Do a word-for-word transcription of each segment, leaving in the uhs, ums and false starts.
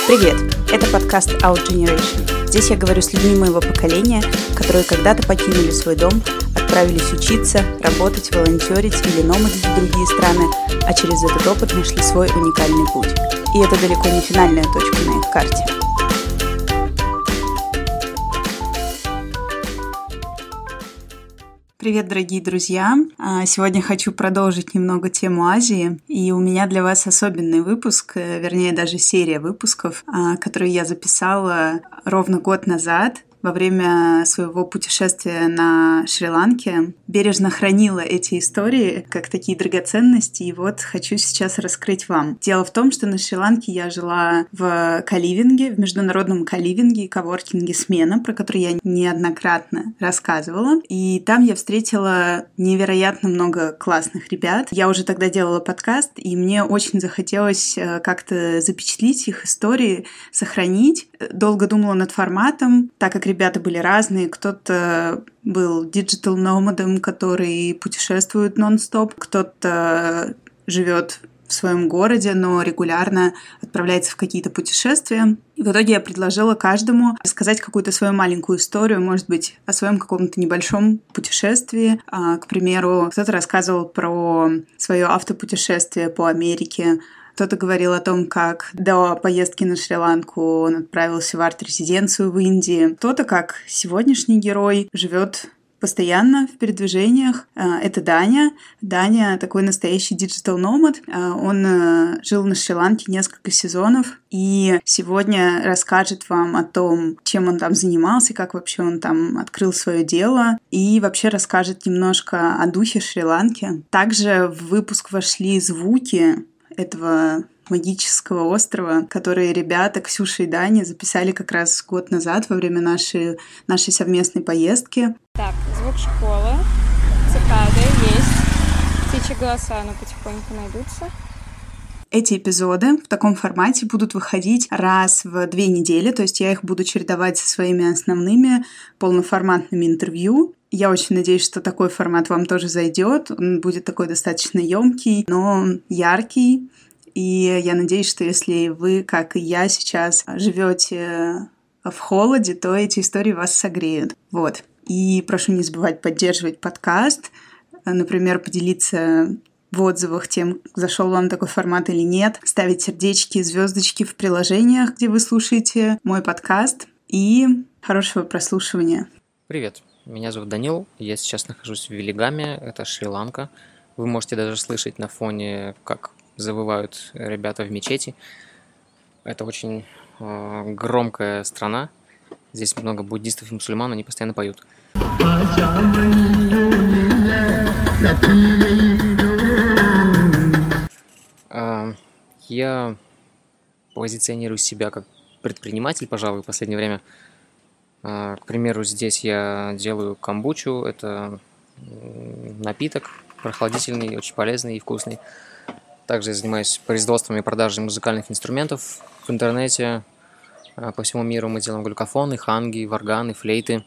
Привет! Это подкаст Out Generation. Здесь я говорю с людьми моего поколения, которые когда-то покинули свой дом, отправились учиться, работать, волонтерить или номадить в другие страны, а через этот опыт нашли свой уникальный путь. И это далеко не финальная точка на их карте. Привет, дорогие друзья! Сегодня хочу продолжить немного тему Азии, и у меня для вас особенный выпуск, вернее даже серия выпусков, которую я записала ровно год назад. Во время своего путешествия на Шри-Ланке бережно хранила эти истории как такие драгоценности, и вот хочу сейчас раскрыть вам. Дело в том, что на Шри-Ланке я жила в коливинге, в международном коливинге и коворкинге «Смена», про который я неоднократно рассказывала. И там я встретила невероятно много классных ребят. Я уже тогда делала подкаст, и мне очень захотелось как-то запечатлить их истории, сохранить. Долго думала над форматом, так как ребята были разные. Кто-то был диджитал-номадом, который путешествует нон-стоп, кто-то живет в своем городе, но регулярно отправляется в какие-то путешествия. И в итоге я предложила каждому рассказать какую-то свою маленькую историю, может быть, о своем каком-то небольшом путешествии. К примеру, кто-то рассказывал про свое автопутешествие по Америке, кто-то говорил о том, как до поездки на Шри-Ланку он отправился в арт-резиденцию в Индии. Кто-то, как сегодняшний герой, живет постоянно в передвижениях. Это Даня. Даня такой настоящий диджитал-номад. Он жил на Шри-Ланке несколько сезонов и сегодня расскажет вам о том, чем он там занимался, как вообще он там открыл свое дело, и вообще расскажет немножко о духе Шри-Ланки. Также в выпуск вошли звуки этого магического острова, которые ребята Ксюша и Даня записали как раз год назад во время нашей, нашей совместной поездки. Так, звук школы, цикады есть, птичьи голоса, но потихоньку найдутся. Эти эпизоды в таком формате будут выходить раз в две недели, то есть я их буду чередовать со своими основными полноформатными интервью. Я очень надеюсь, что такой формат вам тоже зайдет. Он будет такой достаточно емкий, но яркий. И я надеюсь, что если вы, как и я сейчас, живете в холоде, то эти истории вас согреют. Вот. И прошу не забывать поддерживать подкаст, например, поделиться в отзывах тем, зашел вам такой формат или нет, ставить сердечки, звездочки в приложениях, где вы слушаете мой подкаст. И хорошего прослушивания. Привет. Меня зовут Данил, я сейчас нахожусь в Велигаме, это Шри-Ланка. Вы можете даже слышать на фоне, как завывают ребята в мечети. Это очень э, громкая страна, здесь много буддистов и мусульман, они постоянно поют. Э, я позиционирую себя как предприниматель, пожалуй, в последнее время. К примеру, здесь я делаю камбучу, это напиток прохладительный, очень полезный и вкусный. Также я занимаюсь производством и продажей музыкальных инструментов в интернете. По всему миру мы делаем глюкофоны, ханги, варганы, флейты.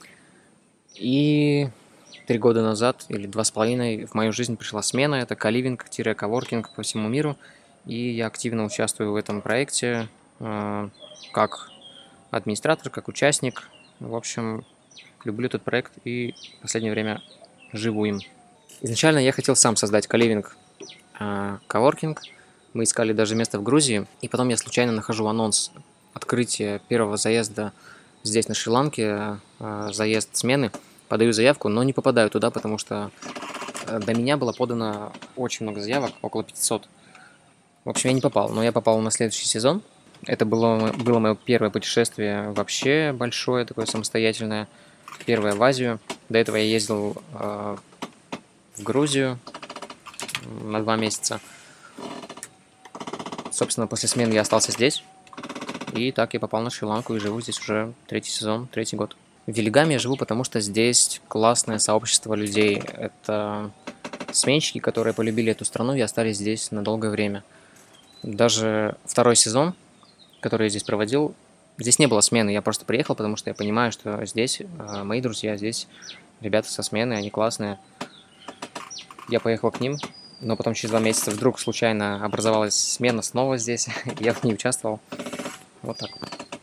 И три года назад, или два с половиной, в мою жизнь пришла смена, это коливинг-коворкинг по всему миру. И я активно участвую в этом проекте как администратор, как участник. В общем, люблю этот проект и в последнее время живу им. Изначально я хотел сам создать коливинг коворкинг. Мы искали даже место в Грузии. И потом я случайно нахожу анонс открытия первого заезда здесь, на Шри-Ланке. Заезд смены. Подаю заявку, но не попадаю туда, потому что до меня было подано очень много заявок, около пятисот. В общем, я не попал, но я попал на следующий сезон. Это было, было мое первое путешествие вообще большое, такое самостоятельное. Первое в Азию. До этого я ездил э, в Грузию на два месяца. Собственно, после смены я остался здесь. И так я попал на Шри-Ланку и живу здесь уже третий сезон, третий год. В Велигаме я живу, потому что здесь классное сообщество людей. Это сменщики, которые полюбили эту страну и остались здесь на долгое время. Даже второй сезон, который я здесь проводил, здесь не было смены, я просто приехал, потому что я понимаю, что здесь э, мои друзья, здесь ребята со смены, они классные. Я поехал к ним, но потом через два месяца вдруг случайно образовалась смена снова здесь, я в ней участвовал. Вот так.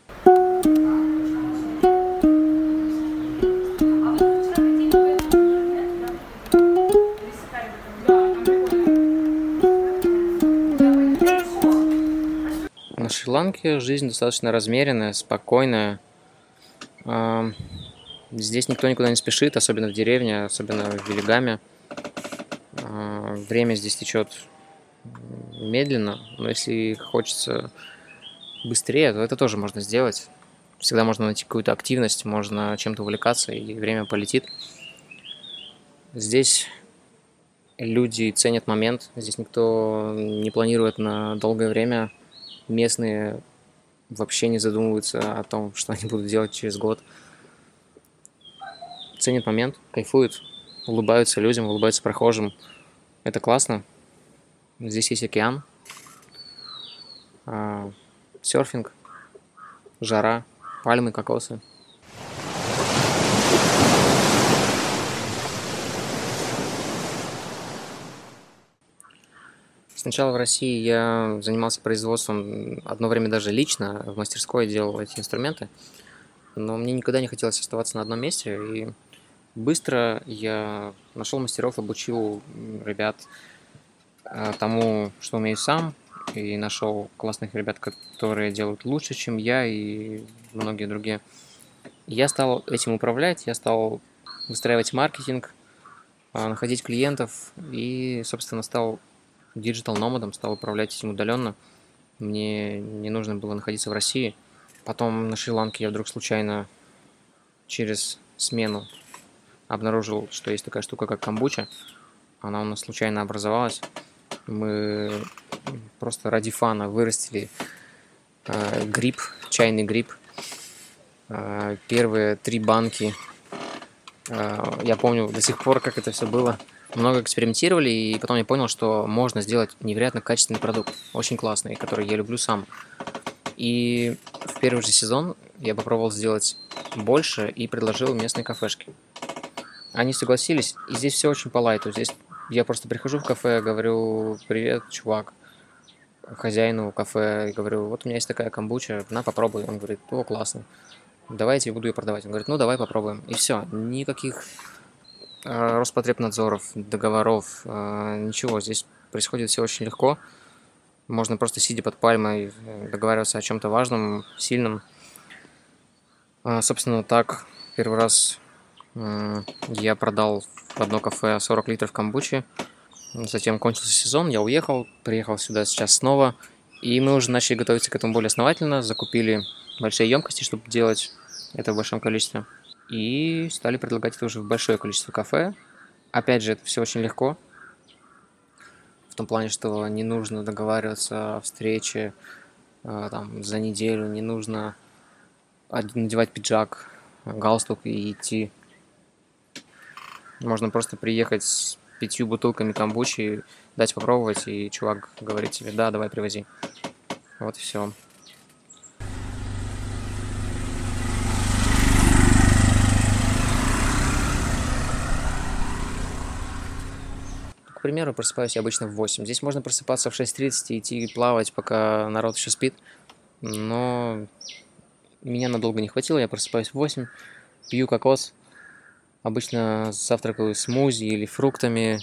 На Шри-Ланке жизнь достаточно размеренная, спокойная. А, Здесь никто никуда не спешит, особенно в деревне, особенно в Велигаме. А, Время здесь течет медленно, но если хочется быстрее, то это тоже можно сделать. Всегда можно найти какую-то активность, можно чем-то увлекаться, и время полетит. Здесь люди ценят момент, здесь никто не планирует на долгое время. Местные вообще не задумываются о том, что они будут делать через год. Ценят момент, кайфуют, улыбаются людям, улыбаются прохожим. Это классно. Здесь есть океан, а, серфинг, жара, пальмы, кокосы. Сначала в России я занимался производством, одно время даже лично, в мастерской делал эти инструменты, но мне никогда не хотелось оставаться на одном месте, и быстро я нашел мастеров, обучил ребят а, тому, что умею сам, и нашел классных ребят, которые делают лучше, чем я и многие другие. Я стал этим управлять, я стал выстраивать маркетинг, а, находить клиентов и, собственно, стал диджитал-номадом, стал управлять этим удаленно. Мне не нужно было находиться в России. Потом на Шри-Ланке я вдруг случайно через смену обнаружил, что есть такая штука, как камбуча. Она у нас случайно образовалась. Мы просто ради фана вырастили э, гриб, чайный гриб. Э, первые три банки. Э, я помню до сих пор, как это все было. Много экспериментировали, и потом я понял, что можно сделать невероятно качественный продукт, очень классный, который я люблю сам. И в первый же сезон я попробовал сделать больше и предложил местной кафешке. Они согласились, и здесь все очень по лайту. Здесь я просто прихожу в кафе, говорю: привет, чувак, хозяину кафе, и говорю: вот у меня есть такая камбуча, на, попробуй. Он говорит: о, классно, давайте, буду ее продавать. Он говорит: ну, давай попробуем. И все, никаких Роспотребнадзоров, договоров, ничего. Здесь происходит все очень легко. Можно просто, сидя под пальмой, договариваться о чем-то важном, сильном. Собственно, так первый раз я продал в одно кафе сорок литров камбучи. Затем кончился сезон, я уехал, приехал сюда сейчас снова. И мы уже начали готовиться к этому более основательно. Закупили большие емкости, чтобы делать это в большом количестве. И стали предлагать это уже в большое количество кафе. Опять же, это все очень легко. В том плане, что не нужно договариваться о встрече э, там, за неделю, не нужно надевать пиджак, галстук и идти. Можно просто приехать с пятью бутылками камбучи, дать попробовать, и чувак говорит тебе: да, давай, привози. Вот и все. К примеру, просыпаюсь я обычно в восемь. Здесь можно просыпаться в шесть тридцать и идти плавать, пока народ еще спит. Но меня надолго не хватило, я просыпаюсь в восемь, пью кокос. Обычно завтракаю смузи или фруктами.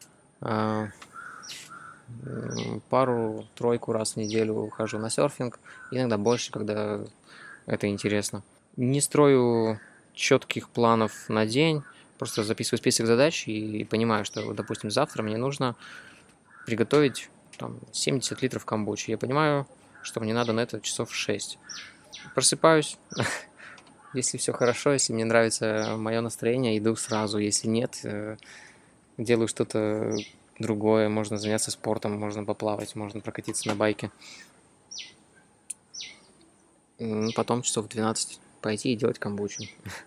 Пару-тройку раз в неделю хожу на серфинг. Иногда больше, когда это интересно. Не строю четких планов на день. Просто записываю список задач и понимаю, что, допустим, завтра мне нужно приготовить там, семьдесят литров камбучи. Я понимаю, что мне надо на это часов шесть. Просыпаюсь. Если все хорошо, если мне нравится мое настроение, иду сразу. Если нет, делаю что-то другое. Можно заняться спортом, можно поплавать, можно прокатиться на байке. Потом часов в двенадцать пойти и делать камбучу.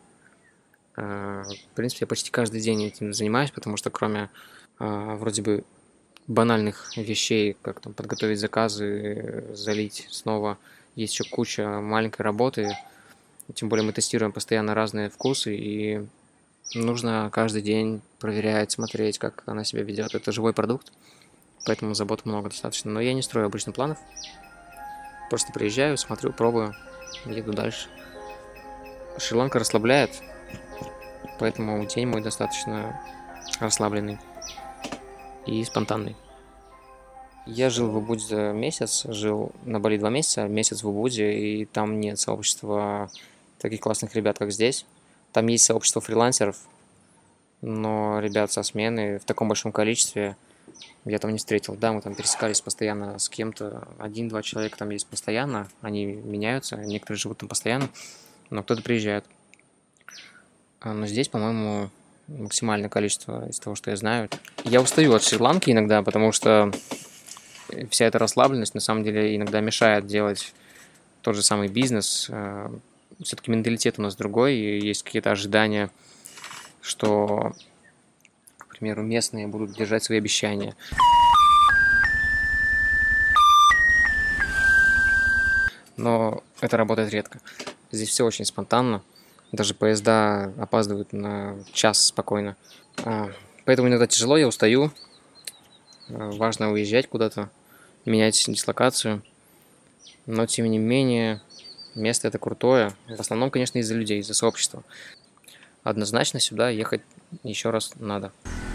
В принципе, я почти каждый день этим занимаюсь, потому что кроме вроде бы банальных вещей, как там подготовить заказы, залить снова, есть еще куча маленькой работы. Тем более мы тестируем постоянно разные вкусы, и нужно каждый день проверять, смотреть, как она себя ведет. Это живой продукт, поэтому забот много достаточно. Но я не строю обычно планов. Просто приезжаю, смотрю, пробую, еду дальше. Шри-Ланка расслабляет, поэтому день мой достаточно расслабленный и спонтанный. Я жил в Убуде месяц, жил на Бали два месяца, месяц в Убуде, и там нет сообщества таких классных ребят, как здесь. Там есть сообщество фрилансеров, но ребят со смены в таком большом количестве я там не встретил. Да, мы там пересекались постоянно с кем-то, один-два человека там есть постоянно, они меняются, некоторые живут там постоянно, но кто-то приезжает. Но здесь, по-моему, максимальное количество из того, что я знаю. Я устаю от Шри-Ланки иногда, потому что вся эта расслабленность на самом деле иногда мешает делать тот же самый бизнес. Все-таки менталитет у нас другой, и есть какие-то ожидания, что, к примеру, местные будут держать свои обещания. Но это работает редко. Здесь все очень спонтанно. Даже поезда опаздывают на час спокойно. Поэтому иногда тяжело, я устаю. Важно уезжать куда-то, менять дислокацию. Но, тем не менее, место это крутое. В основном, конечно, из-за людей, из-за сообщества. Однозначно сюда ехать еще раз надо.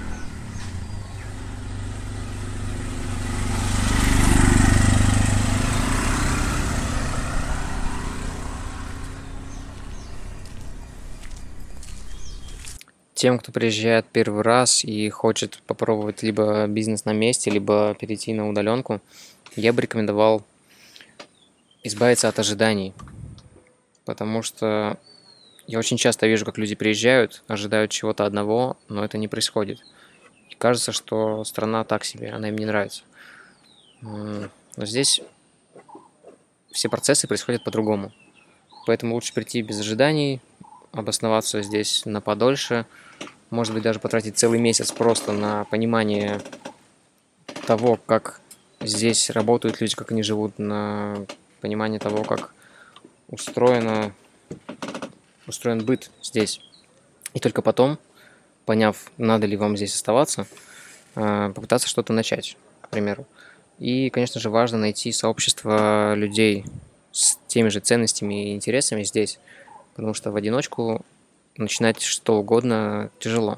Тем, кто приезжает первый раз и хочет попробовать либо бизнес на месте, либо перейти на удаленку, я бы рекомендовал избавиться от ожиданий. Потому что я очень часто вижу, как люди приезжают, ожидают чего-то одного, но это не происходит. И кажется, что страна так себе, она им не нравится. Но здесь все процессы происходят по-другому. Поэтому лучше прийти без ожиданий, обосноваться здесь на подольше, может быть, даже потратить целый месяц просто на понимание того, как здесь работают люди, как они живут, на понимание того, как устроено, устроен быт здесь. И только потом, поняв, надо ли вам здесь оставаться, попытаться что-то начать, к примеру. И, конечно же, важно найти сообщество людей с теми же ценностями и интересами здесь, потому что в одиночку начинать что угодно тяжело.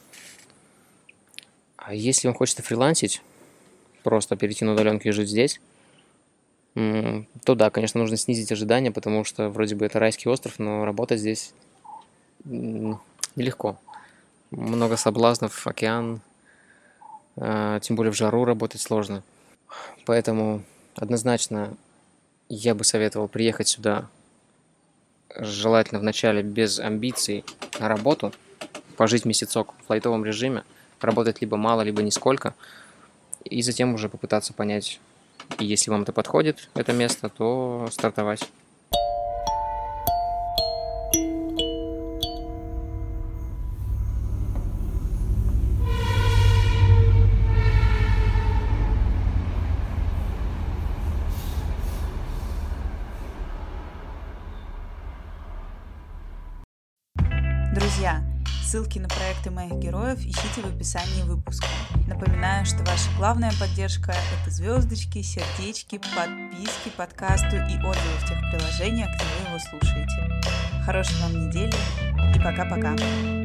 А если вам хочется фрилансить, просто перейти на удаленку и жить здесь, то да, конечно, нужно снизить ожидания, потому что вроде бы это райский остров, но работать здесь нелегко. Много соблазнов, океан, тем более в жару работать сложно. Поэтому однозначно я бы советовал приехать сюда, желательно вначале без амбиций, на работу, пожить месяцок в лайтовом режиме, работать либо мало, либо нисколько, и затем уже попытаться понять, и если вам это подходит, это место, то стартовать. Друзья, ссылки на проекты моих героев ищите в описании выпуска. Напоминаю, что ваша главная поддержка – это звездочки, сердечки, подписки подкасту и отзывы в тех приложениях, где вы его слушаете. Хорошей вам недели и пока-пока!